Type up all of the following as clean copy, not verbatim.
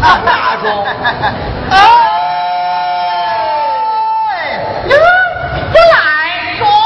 哪种？ 不来说。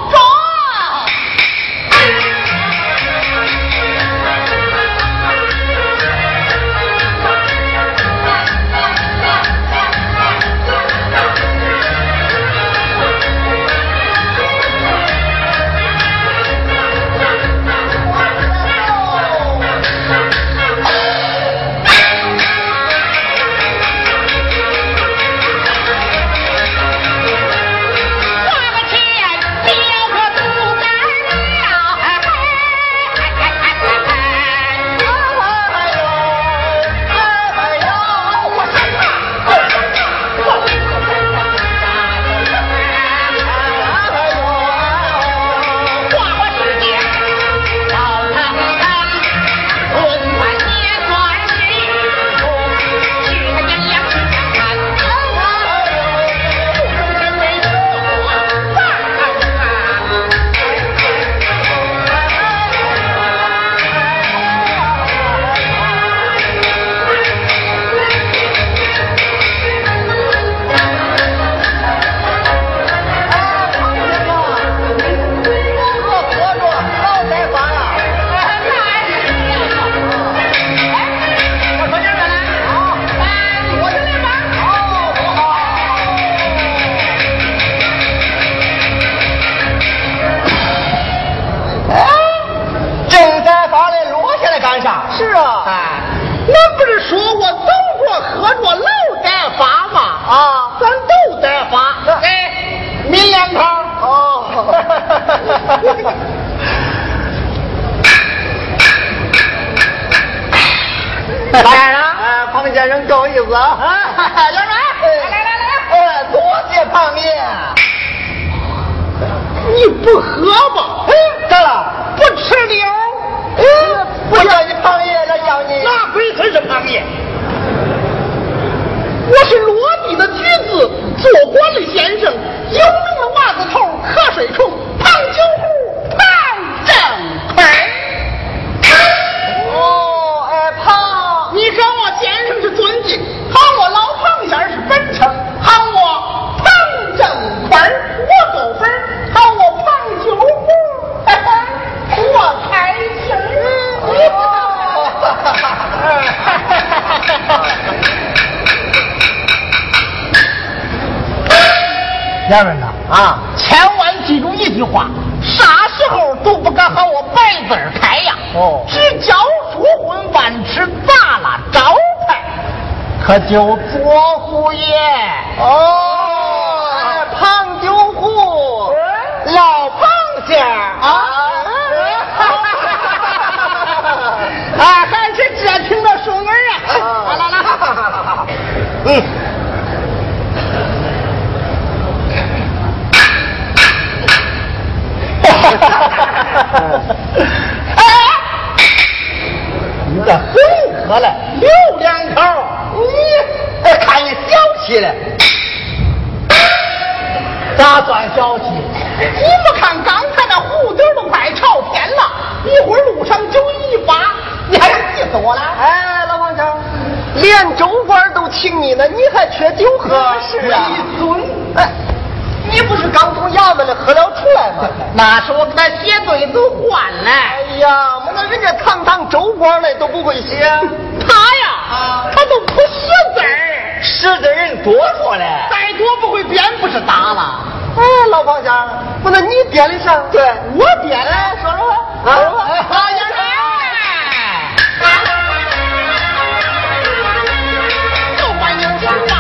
当然了，庞先生够意思啊！ 有人，来， 多谢庞爷。 你不喝吧？ 咋了？ 不吃溜？ 不叫你庞爷，那叫你那鬼才是庞爷。我是落地的橘子，做官的先生，有名的袜子头，瞌睡虫，庞九虎，庞正坤。你喊我先生是尊敬，喊我老庞先是本称，喊我庞正坤我够分，喊我庞九虎，我开心。家人呐千万记住一句话，啥时候都不敢喊我白字开呀！只教书混饭吃，砸了招牌，可就左虎爷庞九虎，老庞家还是这听着顺耳啊！来，你这很喝了，留两口，你看你小气了，咋算小气？你不看刚才那胡子都快朝天了，一会儿路上就一发，你还气死我了？ 老王家连州官都请你呢，你还缺酒喝？ 是啊，一尊。 你不是刚从衙门里喝了出来吗？ 那是我给他写对子换了。 哎呀，那人家堂堂州官嘞都不会写。 他呀，他都不识字儿， 识字人多着嘞， 再多不会编，不是打了。 老庞家，不那你编的啥？ 对，我编的，说说话。就管有什么？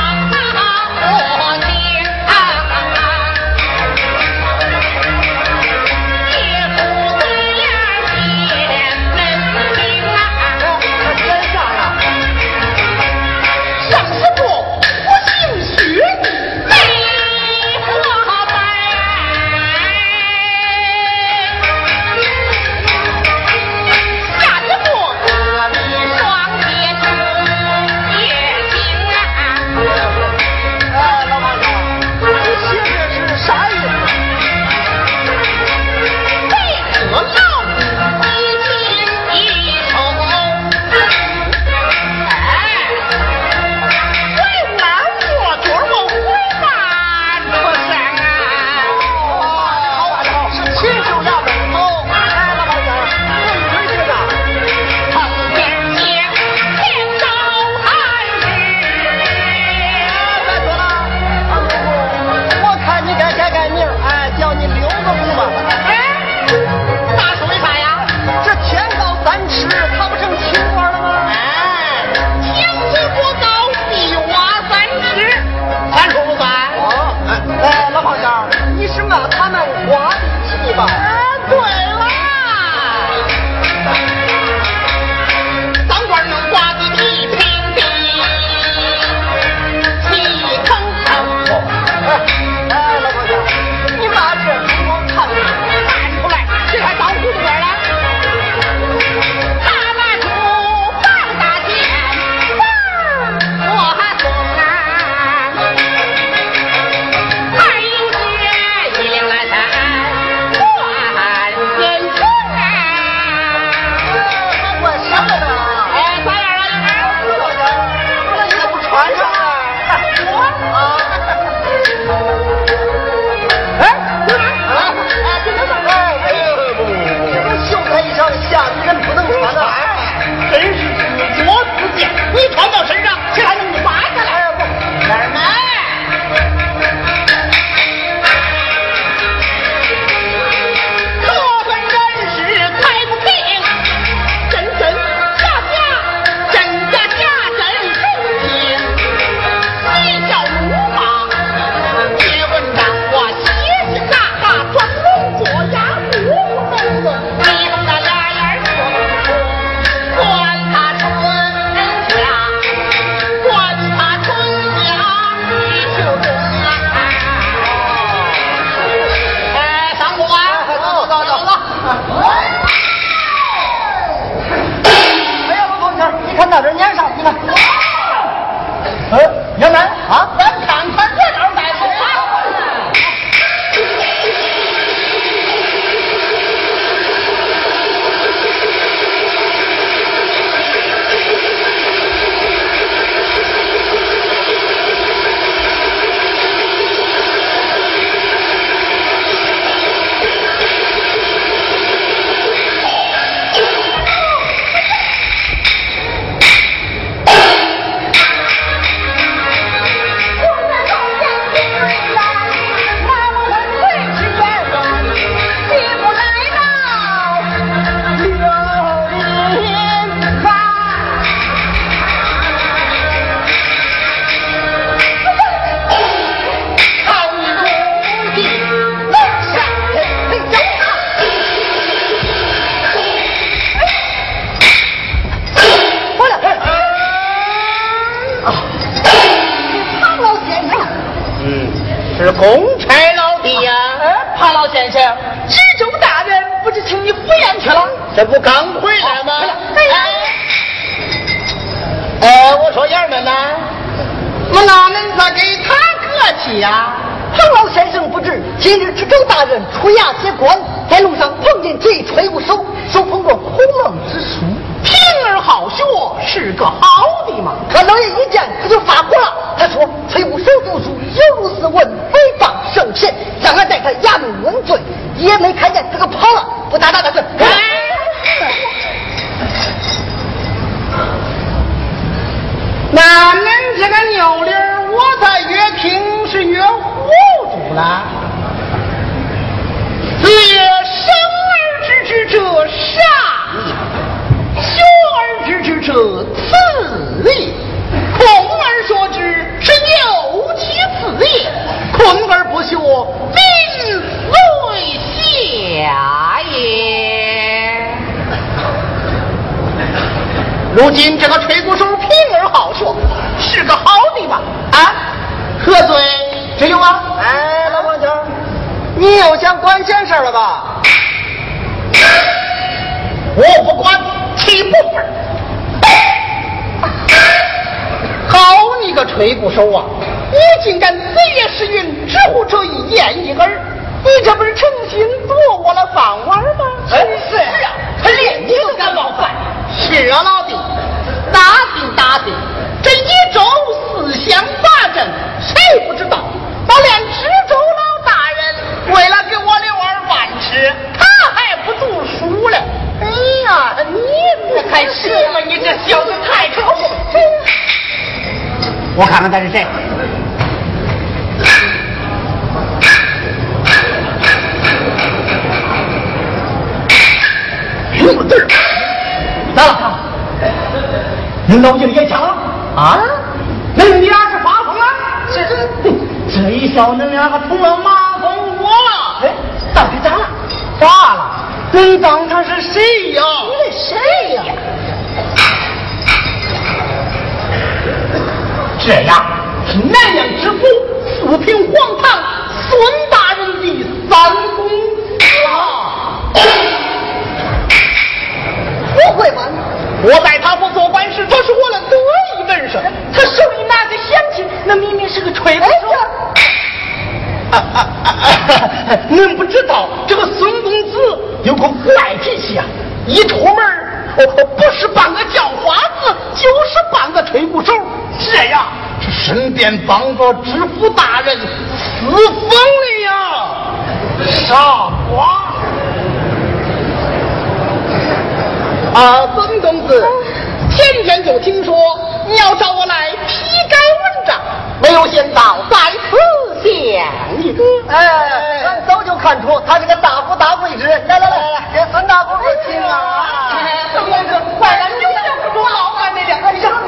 公差老弟呀！ 庞老先生，知州大人不是请你赴宴去了？ 这不刚回来吗？我说爷们呢，我哪能再给他客气呀？ 庞老先生不知，今日知州大人出衙接官，在路上碰见这吹鼓手，手捧着孔孟之书， 平儿好学，是个好的嘛。 可老爷一见，他就发火了。他说：“吹鼓手读书有如是问，诽谤圣贤，让俺带他衙门问罪。”也没看见他可跑了，不打打的是。 那恁这个牛铃，我咋越听是越糊涂了？子曰：“生而知之者善也，学而知之者次也。空而说之，是有其次也。困而不学，宾随下也。”如今这个吹鼓手平而好学，是个好的嘛？啊，何罪？只有啊！ 哎，老王家，你又想管闲事了吧？ 我不管，岂不分？好你个吹鼓手啊！你竟敢子夜时运，直呼这一言一耳，你这不是诚心夺我的饭碗吗？ 是啊， 他连你都敢冒犯。是啊，老弟，打听，这一周四乡八镇，谁不知道？倒连知州老大人为了给我留碗饭吃，他还不读书了。哎呀，你还是吗？你这小子太可恶了！我看看他是谁。有字儿。咋了？恁老爷子也抢了啊？恁俩是发疯了？这一笑，恁两个成了马蜂窝了。哎，到底咋了？咋了？恁当他是谁呀？ 你是谁呀？ 这样是南阳知府四品黄堂孙大人的三公子啊！ 不会吧？ 我在他府做官时，这是我的得意门生。 他手里拿着香气，那明明是个吹鼓手。 您不知道这个孙公子有个怪脾气啊！一出门不是半个叫花子，就是半个吹鼓手。这样，这身边帮着知府大人私疯了呀！傻瓜！孙公子，前天就听说你要找我来批改文章，没有想到在此相遇。 俺早就看出他是个大富大贵之人。来，给孙大公子请啊！ 孙公子，快来，牛角不住老板那点，上！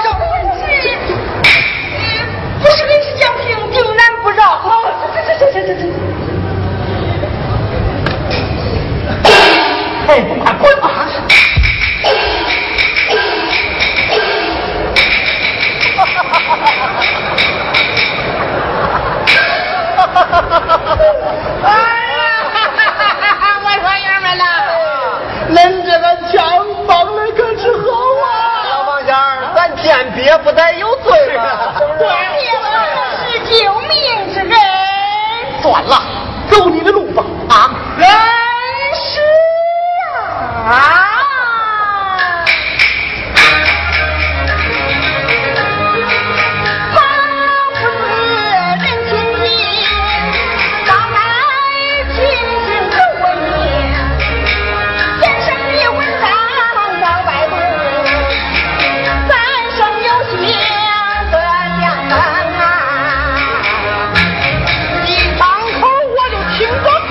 不是跟是讲平，定然不饶。 哎，快滚吧！我说爷们呐，恁这个枪放的可是好啊！ 老王家，咱见鳖不得有罪吧？ 是救命之人。 算了，走你的路吧！啊， 人是啊！ 一张口我就听过。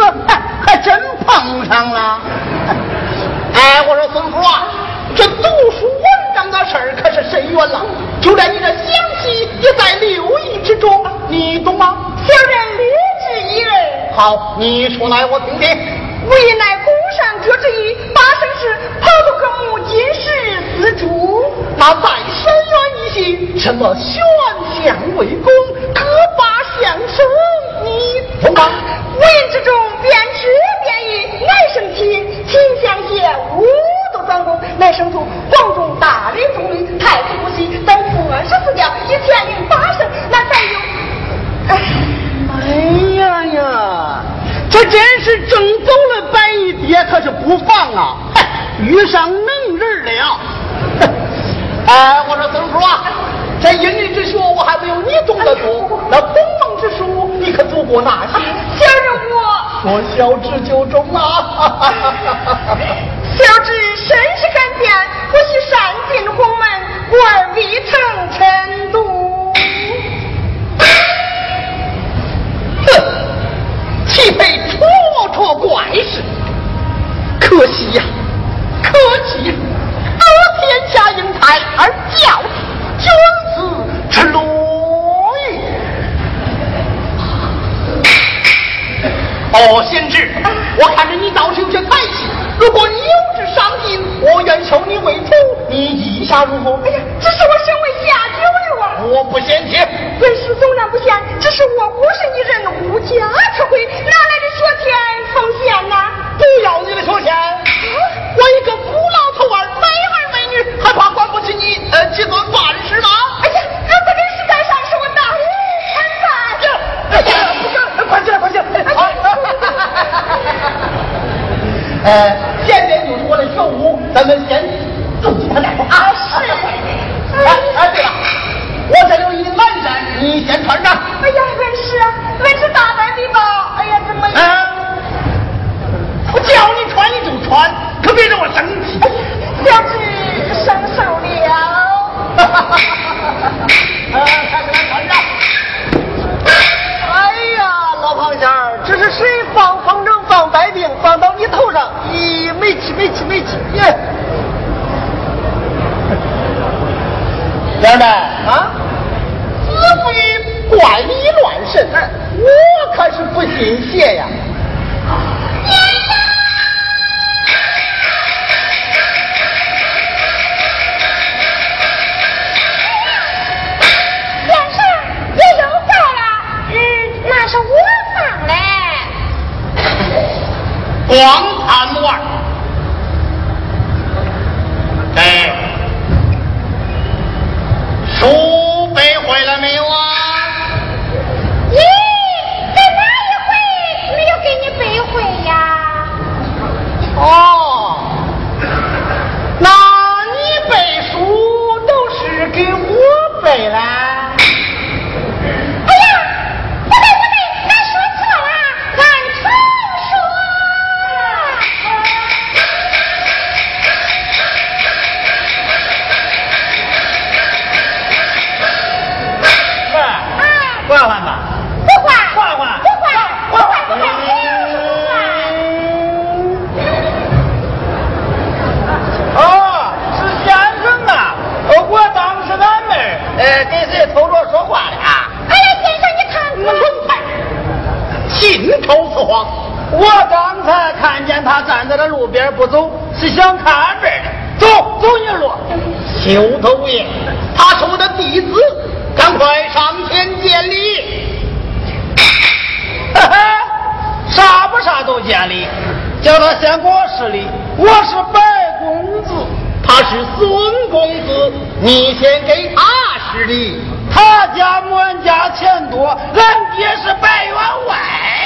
还真碰上了。哎，我说孙福啊，这读书文章的事儿可是深远了，就连你这详细也在留意之中，你懂吗？ 小人略知一二。 好，你说来我听听。 为乃宫上脚之意，八生时跑头科目金石四柱。 那再深远一些，什么玄象为公，各八相生，你懂吗？ 文之中便知便意，乃生起秦相协五斗专攻，乃生出黄中大理中律，太子不息等44条，以天令八生，那才有。 哎呀呀，这真是正走了白一爹，可是不放啊！遇上能人了。哎，我说曾叔啊，这英语之学我还没有你懂得多，那孔孟之书你可读过哪些？ 小人我说小智就中啊。 小智甚是敢辩，或许善进鸿门，故而未曾晨读。 哼，岂非绰绰怪事？可惜呀，可惜呀！得天下英才而教君子之路也。哦，贤侄，我看着你倒是有些才气。如果你有志上进，我愿收你为徒，你意下如何？ 哎呀，只是我身为下九流啊！ 我不嫌弃。 本是纵然不嫌，只是我孤身一人，无家可归，哪来的学田奉献呢？ 不要你的学钱，我一个孤老头儿，美儿美女，还怕管不起你几顿饭吃吗？ 哎呀，这在这世界上是我大人参赞。 快起来，快起来！前面就是我的学屋，咱们先走进他来啊！ 是。 哎，对了，我这里有一蓝衫，你先穿上。 哎呀，文是大胆的吧？哎呀，怎么？ 我叫你穿你就穿，可别让我生气。 小智生受了。 看起来穿上。哎呀，老胖仙儿，这是谁放风筝放白饼放到你头上？咦，没气。耶！兄弟啊，子非怪力乱神，我可是不信邪呀。光看玩，哎，书背会了没有啊？ 咦，在哪一回没有给你背会呀？ 哦，那你背书都是给我背了？跟谁偷着说话的啊？ 哎呀，先生，你看我蠢材，信口雌黄。我刚才看见他站在这路边不走，是想看俺这儿的。走一路。邱头爷，他是我的弟子，赶快上前见礼。啥不啥都见礼，叫他先给我施礼。我是白公子，他是孙公子，你先给他施礼。他家没俺家钱多，俺爹是白员外。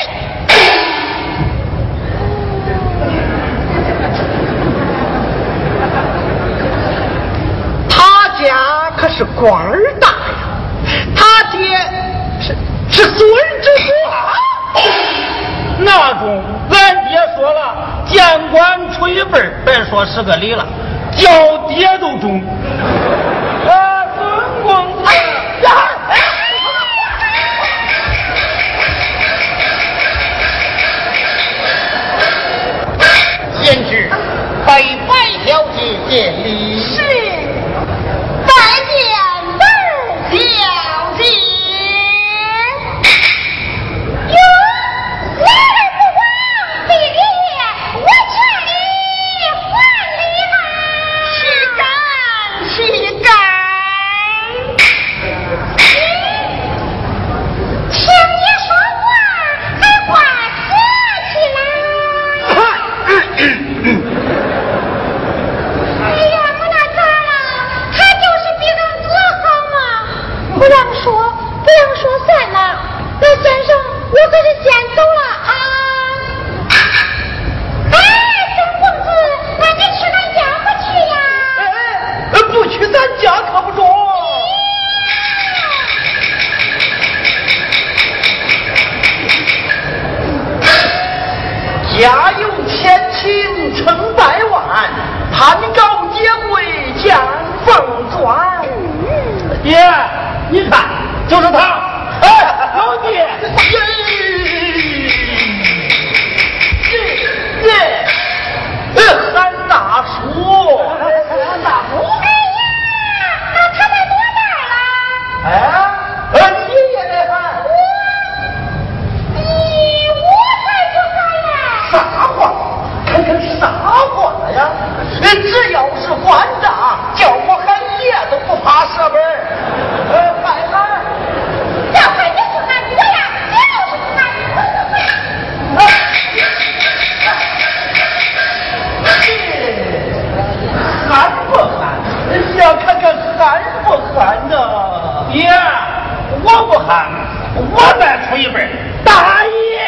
他家可是官儿大呀，他爹是孙之子。那种俺爹说了，见官出一辈儿，别说是个礼了，叫爹都中。孙公子， 家有千顷成百万，攀高结贵将凤钻。爹，你看，就是他。哎，老爹，韩大叔， 韩大叔，哎呀，那他才多大了？ 哎，你也得喊。 我才不喊呢。 啥话？看看啥话呀？只要是官大，叫我喊爷都不怕射门。快喊！ 要喊你不喊我呀，你要是不喊我喊不喊？要看看喊不喊呢？爷，我不喊，我再出一辈。大爷！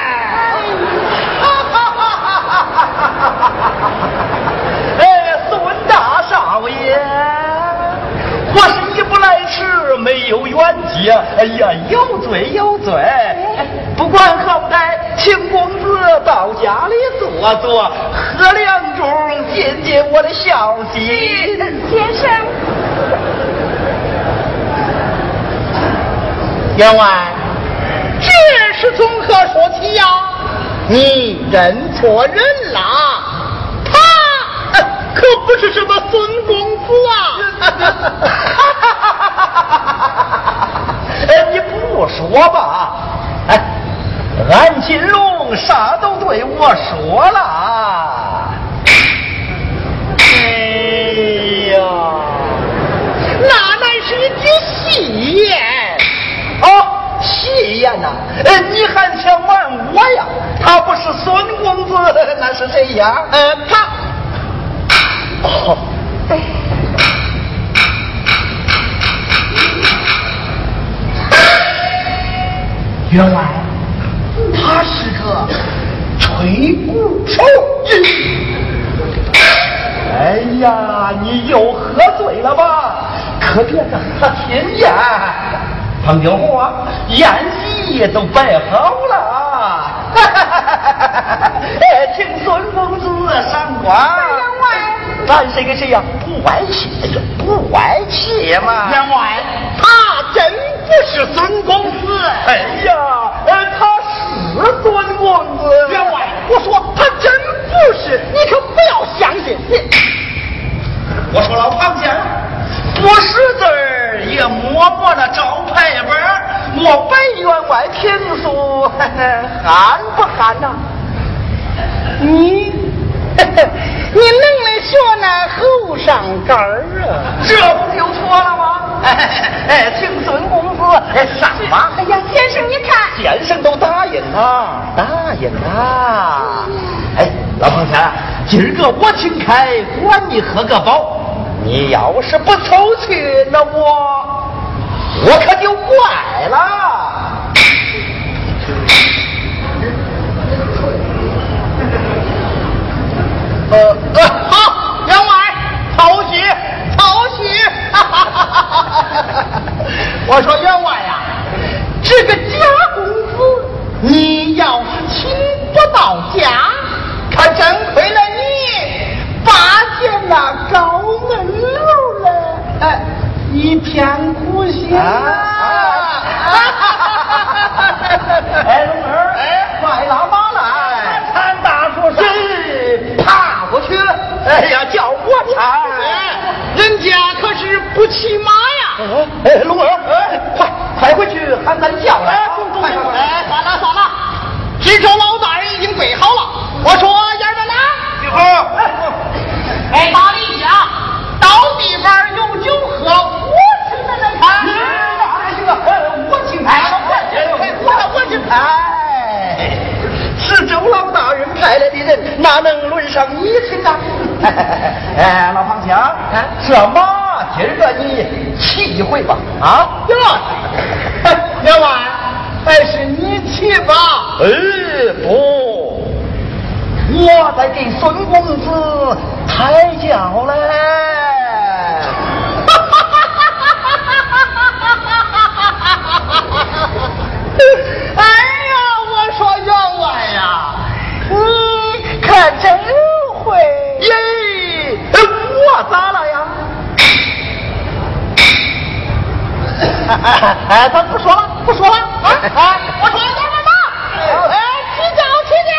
孙大少爷，我是一不来迟，没有远接。哎呀，有罪有罪！不管好歹，请公子到家里坐坐，喝两盅，解解我的孝心。 先生， 员外，这是从何说起呀？你认错人了，他可不是什么孙公子啊！你不说吧？哎，安金龙啥都对我说了。哎呀，那乃是一句戏言。哦，戏言呐！你还想瞒我呀？他不是孙公子，那是谁呀？他。哦。员外，他是个吹鼓手。哎呀，你又喝醉了吧？可别让他听见。唐景虎啊，宴席都摆好了。请孙公子上官。 员外， 咱谁跟谁呀？不歪气，哎呀，不歪气嘛。 员外，他真不是孙公子。 哎呀，他是孙公子。 员外，我说他真不是，你可不要相信。 我说老庞家，不识字儿也摸摸那招牌本儿，我白员外评诉，喊不喊呐？ 你能来说那后上杆儿啊？ 这不就错了吗？请孙公子上吧。 哎呀，先生，你看， 先生都答应了，答应了。哎，老庞家，今儿个我请开，管你喝个饱。你要是不凑去，那我可就怪了。 好，员外，偷袭，偷袭！我说员外呀，这个假公子，你要是请不到家，可真亏了你拔剑那高门路了，一片苦心啊！ 哎，龙儿，快拉马来！ 谭大叔说， 爬过去，哎呀，叫我搀。 人家可是不骑马呀！ 龙儿，快回去喊咱叫来！快！ 算了，听说老大人已经备好了。我说燕儿哪？ 一会儿。 大理家到地方有酒喝，我请他来看。 我请开，我请开。是周老大人派来的人，哪能轮上你请啊？老庞强，这马今儿个你骑一回吧？啊？ 员外，还是你骑吧。 不，我在给孙公子抬轿嘞。 哎呀，我说员外呀， 哎，咱不说了，不说了啊！我说你们吧，去教去教。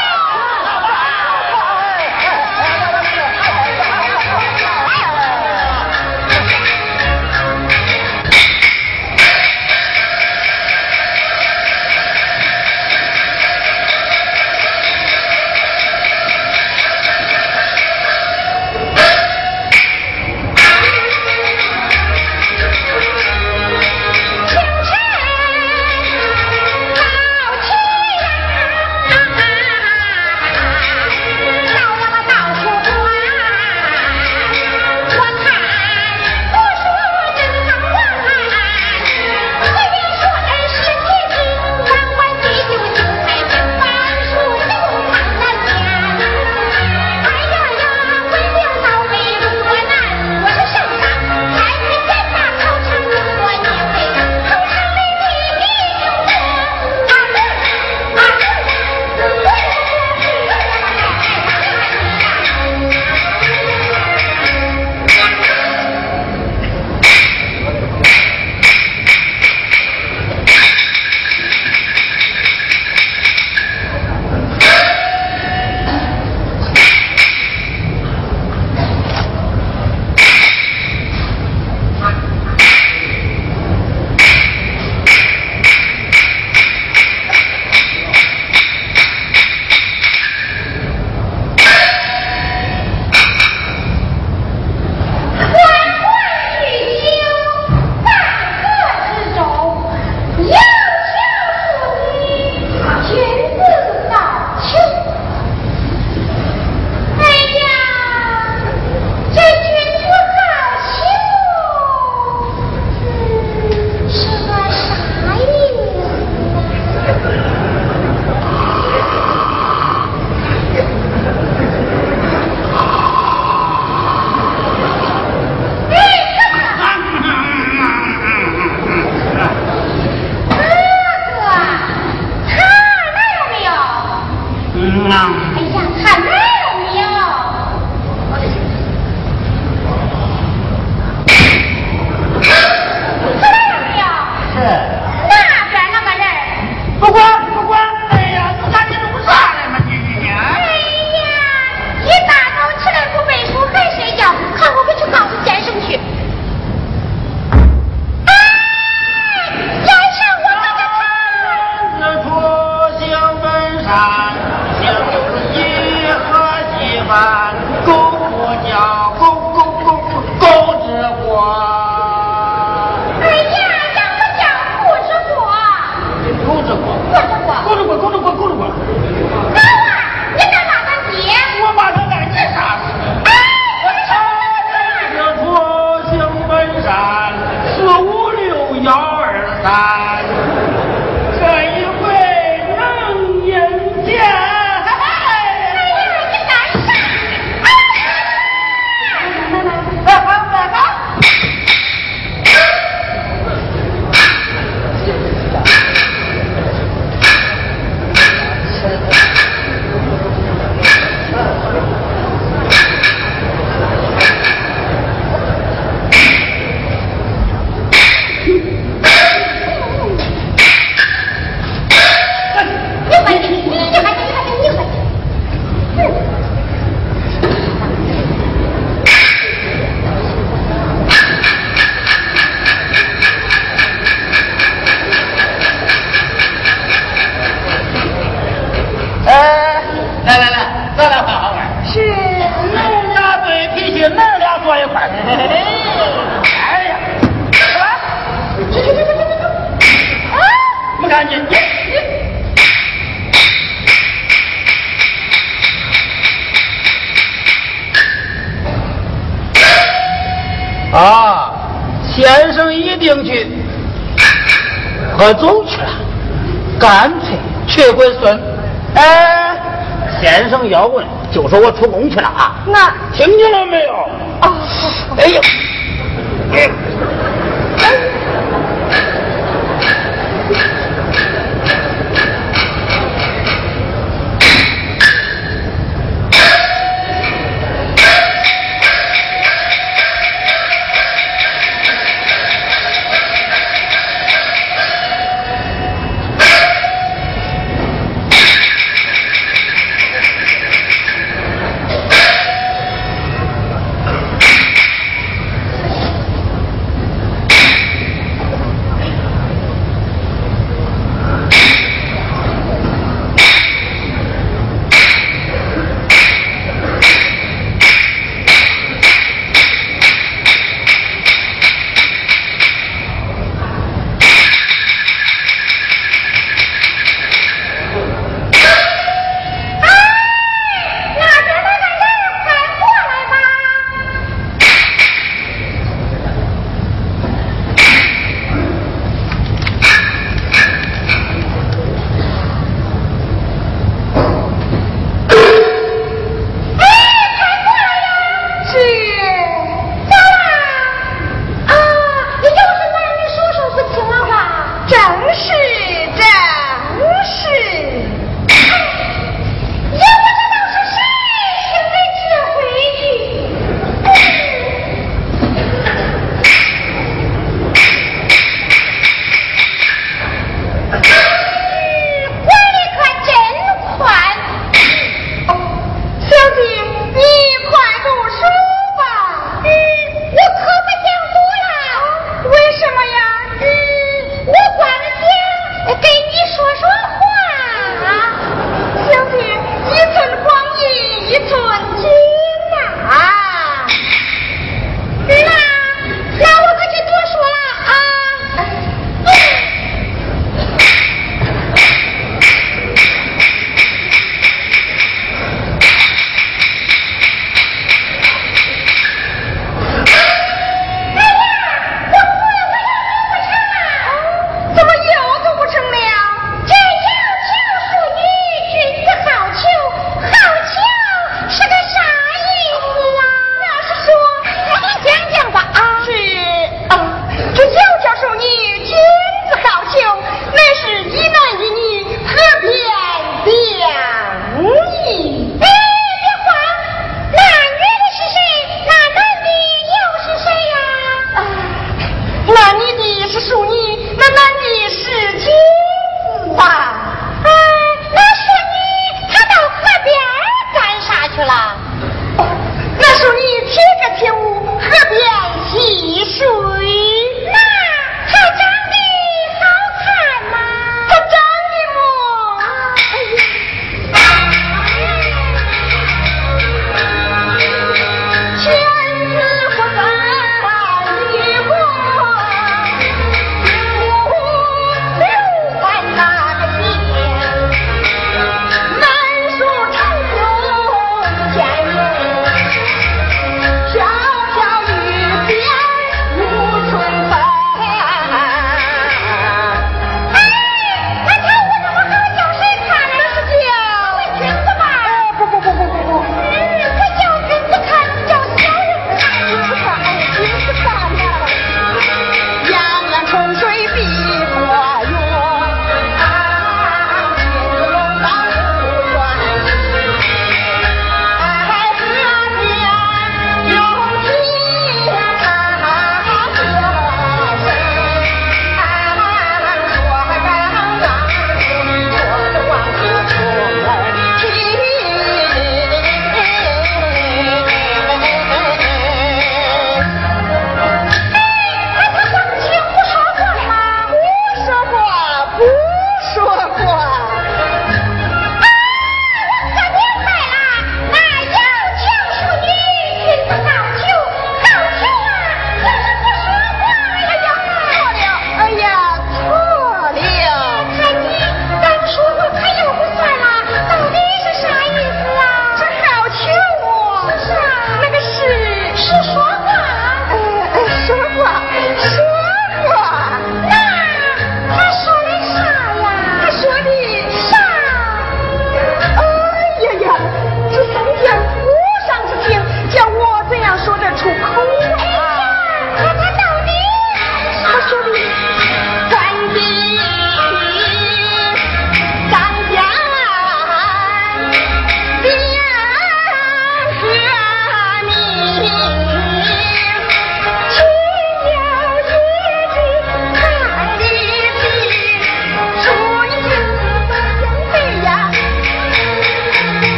啊，先生一定去，可走去了，干脆去归孙。哎，先生要问，就说我出宫去了啊。 那听见了没有？ 哦， 哎呦，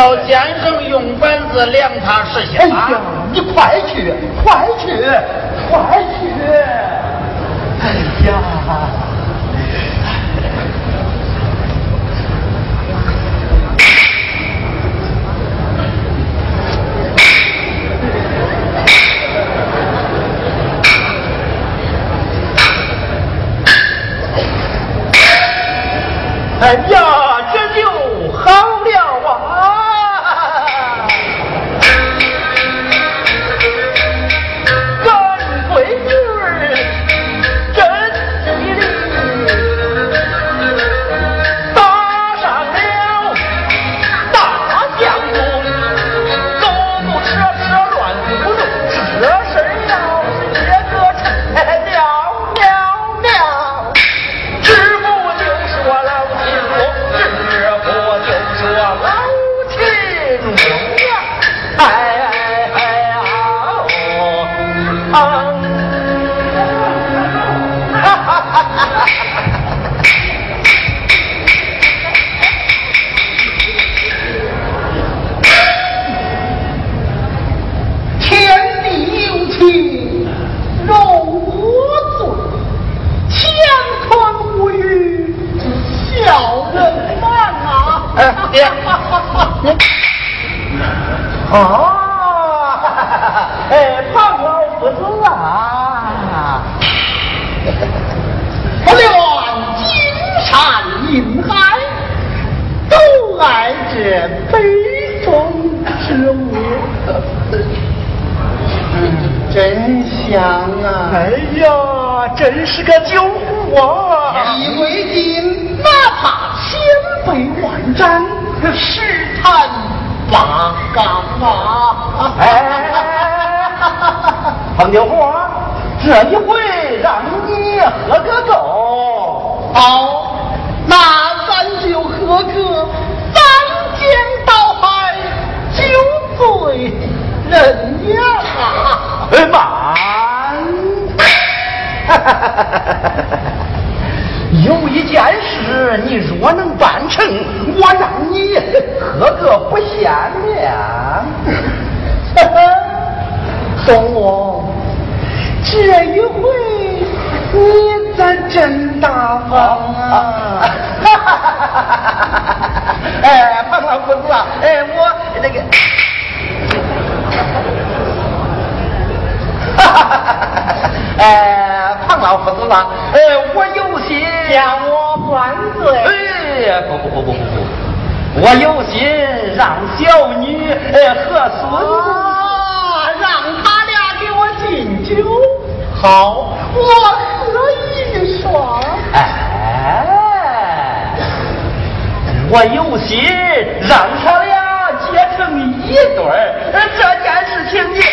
叫先生用板子量他10下。 哎呀，你快去，快去，快去！哎呀！哎呀，这就好了啊！干闺女真吉利，搭上了大将军，走不车车乱不动，这事儿要是也个成了，知府就说老秦我，知府就说老秦我呀，哈哈哈哈！天地有情，柔和罪，乾坤无语，小人慢啊！ 爹， 庞老夫子啊，不论金山银海，都爱这北方之物。真香啊！哎呀，真是个酒壶啊！一为金，哪怕千杯万盏，十坛八缸啊！彭九虎，这一回让你喝个够。好，那咱就喝个三江倒海，酒醉人娘啊！慢，有一件事你若能办成，我让你喝个不限量。宋王，这一回你咋真大方啊！庞老夫子啊，我那个。庞老夫子啊，我有心将我灌醉。 不，我有心让小女和孙子让他俩给我敬酒。 好， 我喝一双。 我有心让他俩结成一对儿，这件事情你。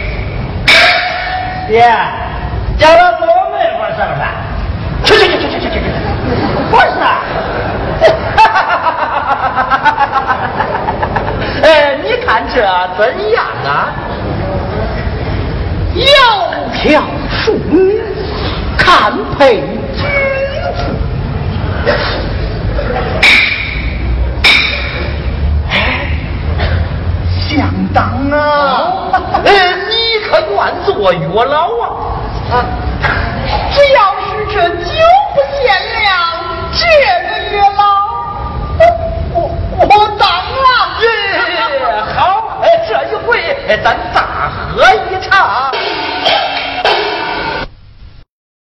爹，叫他做媒婆是不是？ 去，不是。你看这怎样啊？窈窕淑女，堪配君子。相当啊！你可愿做月老啊？ 只要是这酒不限量，这个月老，我当啊！ 好，这一回咱大喝一场。